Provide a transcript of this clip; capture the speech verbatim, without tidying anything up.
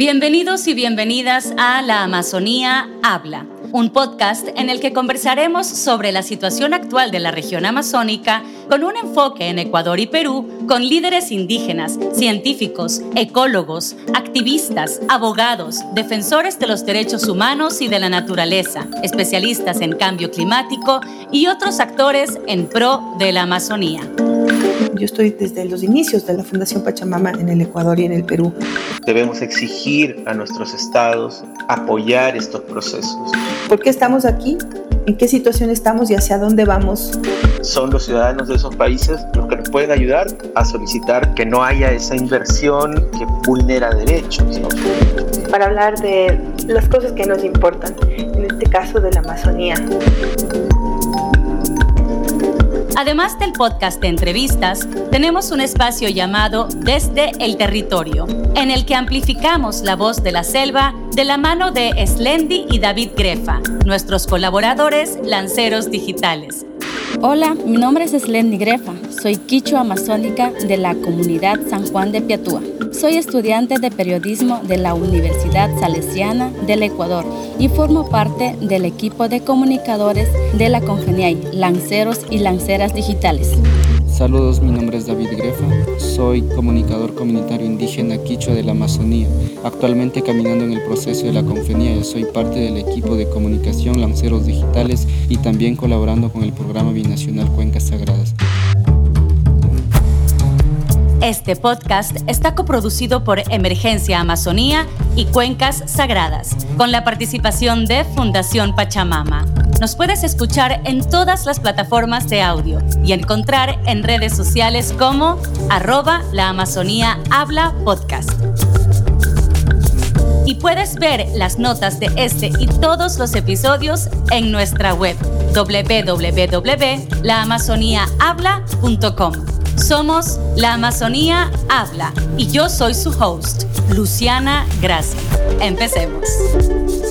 Bienvenidos y bienvenidas a La Amazonía Habla, un podcast en el que conversaremos sobre la situación actual de la región amazónica con un enfoque en Ecuador y Perú, con líderes indígenas, científicos, ecólogos, activistas, abogados, defensores de los derechos humanos y de la naturaleza, especialistas en cambio climático y otros actores en pro de la Amazonía. Yo estoy desde los inicios de la Fundación Pachamama en el Ecuador y en el Perú. Debemos exigir a nuestros estados apoyar estos procesos. ¿Por qué estamos aquí? ¿En qué situación estamos y hacia dónde vamos? Son los ciudadanos de esos países los que nos pueden ayudar a solicitar que no haya esa inversión que vulnera derechos, ¿no? Para hablar de las cosas que nos importan, en este caso de la Amazonía. Además del podcast de entrevistas, tenemos un espacio llamado Desde el Territorio, en el que amplificamos la voz de la selva de la mano de Eslendi y David Grefa, nuestros colaboradores lanceros digitales. Hola, mi nombre es Eslendi Grefa, soy quichua amazónica de la comunidad San Juan de Piatúa. Soy estudiante de periodismo de la Universidad Salesiana del Ecuador y formo parte del equipo de comunicadores de la Confeniai, lanceros y lanceras digitales. Saludos, mi nombre es David Grefa, soy comunicador comunitario indígena quichua de la Amazonía, actualmente caminando en el proceso de la Confeniai. Soy parte del equipo de comunicación Lanceros Digitales y también colaborando con el programa binacional Cuencas Sagradas. Este podcast está coproducido por Emergencia Amazonía y Cuencas Sagradas, con la participación de Fundación Pachamama. Nos puedes escuchar en todas las plataformas de audio y encontrar en redes sociales como arroba la Amazonía Habla Podcast. Y puedes ver las notas de este y todos los episodios en nuestra web doble u doble u doble u punto la amazonía habla punto com. Somos La Amazonía Habla y yo soy su host, Luciana Gracia. Empecemos.